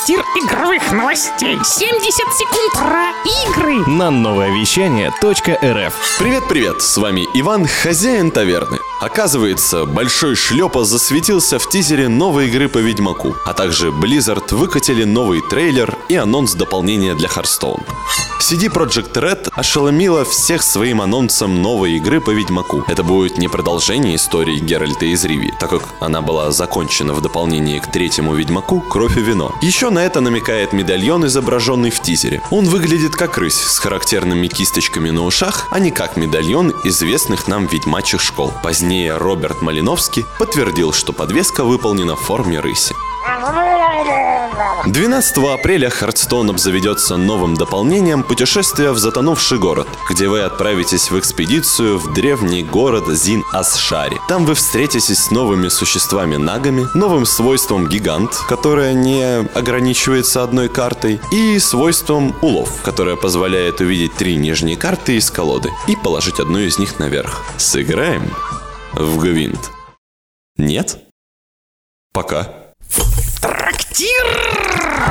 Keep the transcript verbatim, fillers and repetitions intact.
Трактир игровых новостей. семьдесят секунд про игры. На новое вещание .рф. Привет-привет, с вами Иван, хозяин таверны. Оказывается, Большой Шлепа засветился в тизере новой игры по Ведьмаку, а также Blizzard выкатили новый трейлер и анонс дополнения для Hearthstone. си ди Projekt Red ошеломила всех своим анонсом новой игры по Ведьмаку. Это будет не продолжение истории Геральта из Ривии, так как она была закончена в дополнении к третьему Ведьмаку «Кровь и вино». Еще на это намекает медальон, изображенный в тизере. Он выглядит как рысь с характерными кисточками на ушах, а не как медальон известных нам ведьмачьих школ. Позднее Роберт Малиновский подтвердил, что подвеска выполнена в форме рыси. двенадцатого апреля Hearthstone обзаведется новым дополнением «Путешествие в затонувший город», где вы отправитесь в экспедицию в древний город Зин-Ас-Шари. Там вы встретитесь с новыми существами-нагами, новым свойством «Гигант», которое не ограничивается одной картой, и свойством «Улов», которое позволяет увидеть три нижние карты из колоды и положить одну из них наверх. Сыграем в Гвинт? Нет? Пока. Трактир